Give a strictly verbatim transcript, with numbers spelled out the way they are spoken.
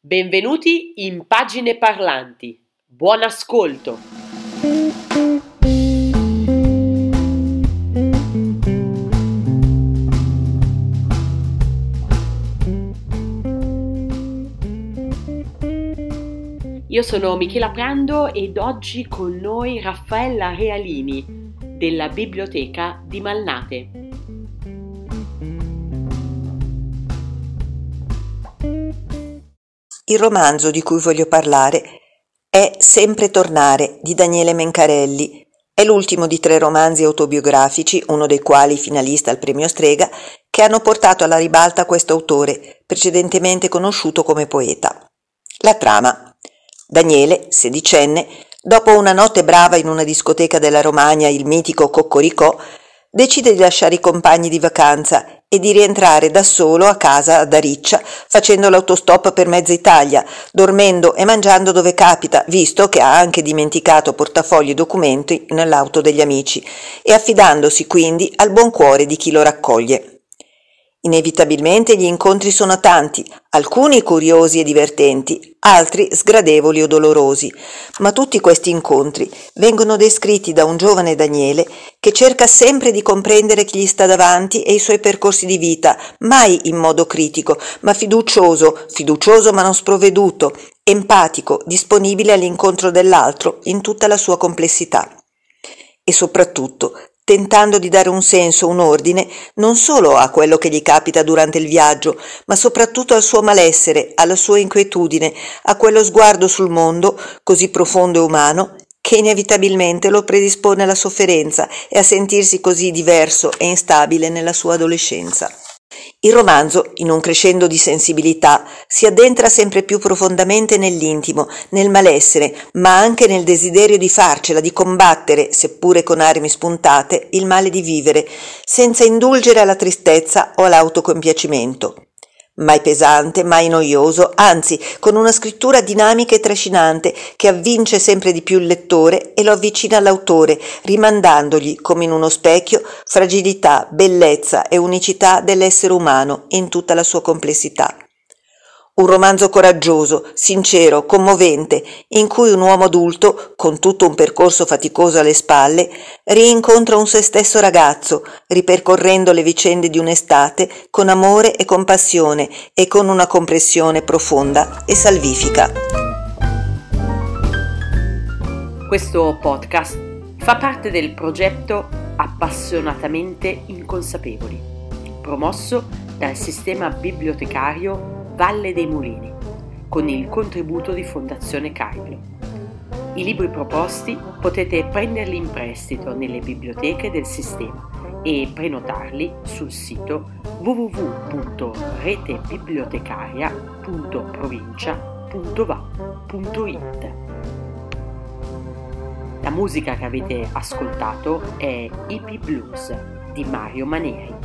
Benvenuti in Pagine Parlanti. Buon ascolto! Io sono Michela Prando ed oggi con noi Raffaella Realini della Biblioteca di Malnate. Il romanzo di cui voglio parlare è Sempre tornare di Daniele Mencarelli. È l'ultimo di tre romanzi autobiografici, uno dei quali finalista al premio Strega, che hanno portato alla ribalta questo autore, precedentemente conosciuto come poeta. La trama. Daniele, sedicenne, dopo una notte brava in una discoteca della Romagna, il mitico Coccoricò, decide di lasciare i compagni di vacanza e di rientrare da solo a casa ad Ariccia, facendo l'autostop per mezza Italia, dormendo e mangiando dove capita, visto che ha anche dimenticato portafogli e documenti nell'auto degli amici, e affidandosi quindi al buon cuore di chi lo raccoglie. Inevitabilmente gli incontri sono tanti, alcuni curiosi e divertenti, altri sgradevoli o dolorosi, ma tutti questi incontri vengono descritti da un giovane Daniele che cerca sempre di comprendere chi gli sta davanti e i suoi percorsi di vita, mai in modo critico, ma fiducioso, fiducioso ma non sprovveduto, empatico, disponibile all'incontro dell'altro in tutta la sua complessità. E soprattutto tentando di dare un senso, un ordine, non solo a quello che gli capita durante il viaggio, ma soprattutto al suo malessere, alla sua inquietudine, a quello sguardo sul mondo, così profondo e umano, che inevitabilmente lo predispone alla sofferenza e a sentirsi così diverso e instabile nella sua adolescenza. Il romanzo, in un crescendo di sensibilità, si addentra sempre più profondamente nell'intimo, nel malessere, ma anche nel desiderio di farcela, di combattere, seppure con armi spuntate, il male di vivere, senza indulgere alla tristezza o all'autocompiacimento. Mai pesante, mai noioso, anzi, con una scrittura dinamica e trascinante che avvince sempre di più il lettore e lo avvicina all'autore, rimandandogli, come in uno specchio, fragilità, bellezza e unicità dell'essere umano in tutta la sua complessità. Un romanzo coraggioso, sincero, commovente, in cui un uomo adulto, con tutto un percorso faticoso alle spalle, rincontra un se stesso ragazzo, ripercorrendo le vicende di un'estate con amore e compassione e con una comprensione profonda e salvifica. Questo podcast fa parte del progetto Appassionatamente Inconsapevoli, promosso dal sistema bibliotecario Valle dei Mulini, con il contributo di Fondazione Caibro. I libri proposti potete prenderli in prestito nelle biblioteche del sistema e prenotarli sul sito w w w punto retebibliotecaria punto provincia punto va punto i t. La musica che avete ascoltato è Hippie Blues di Mario Maneri.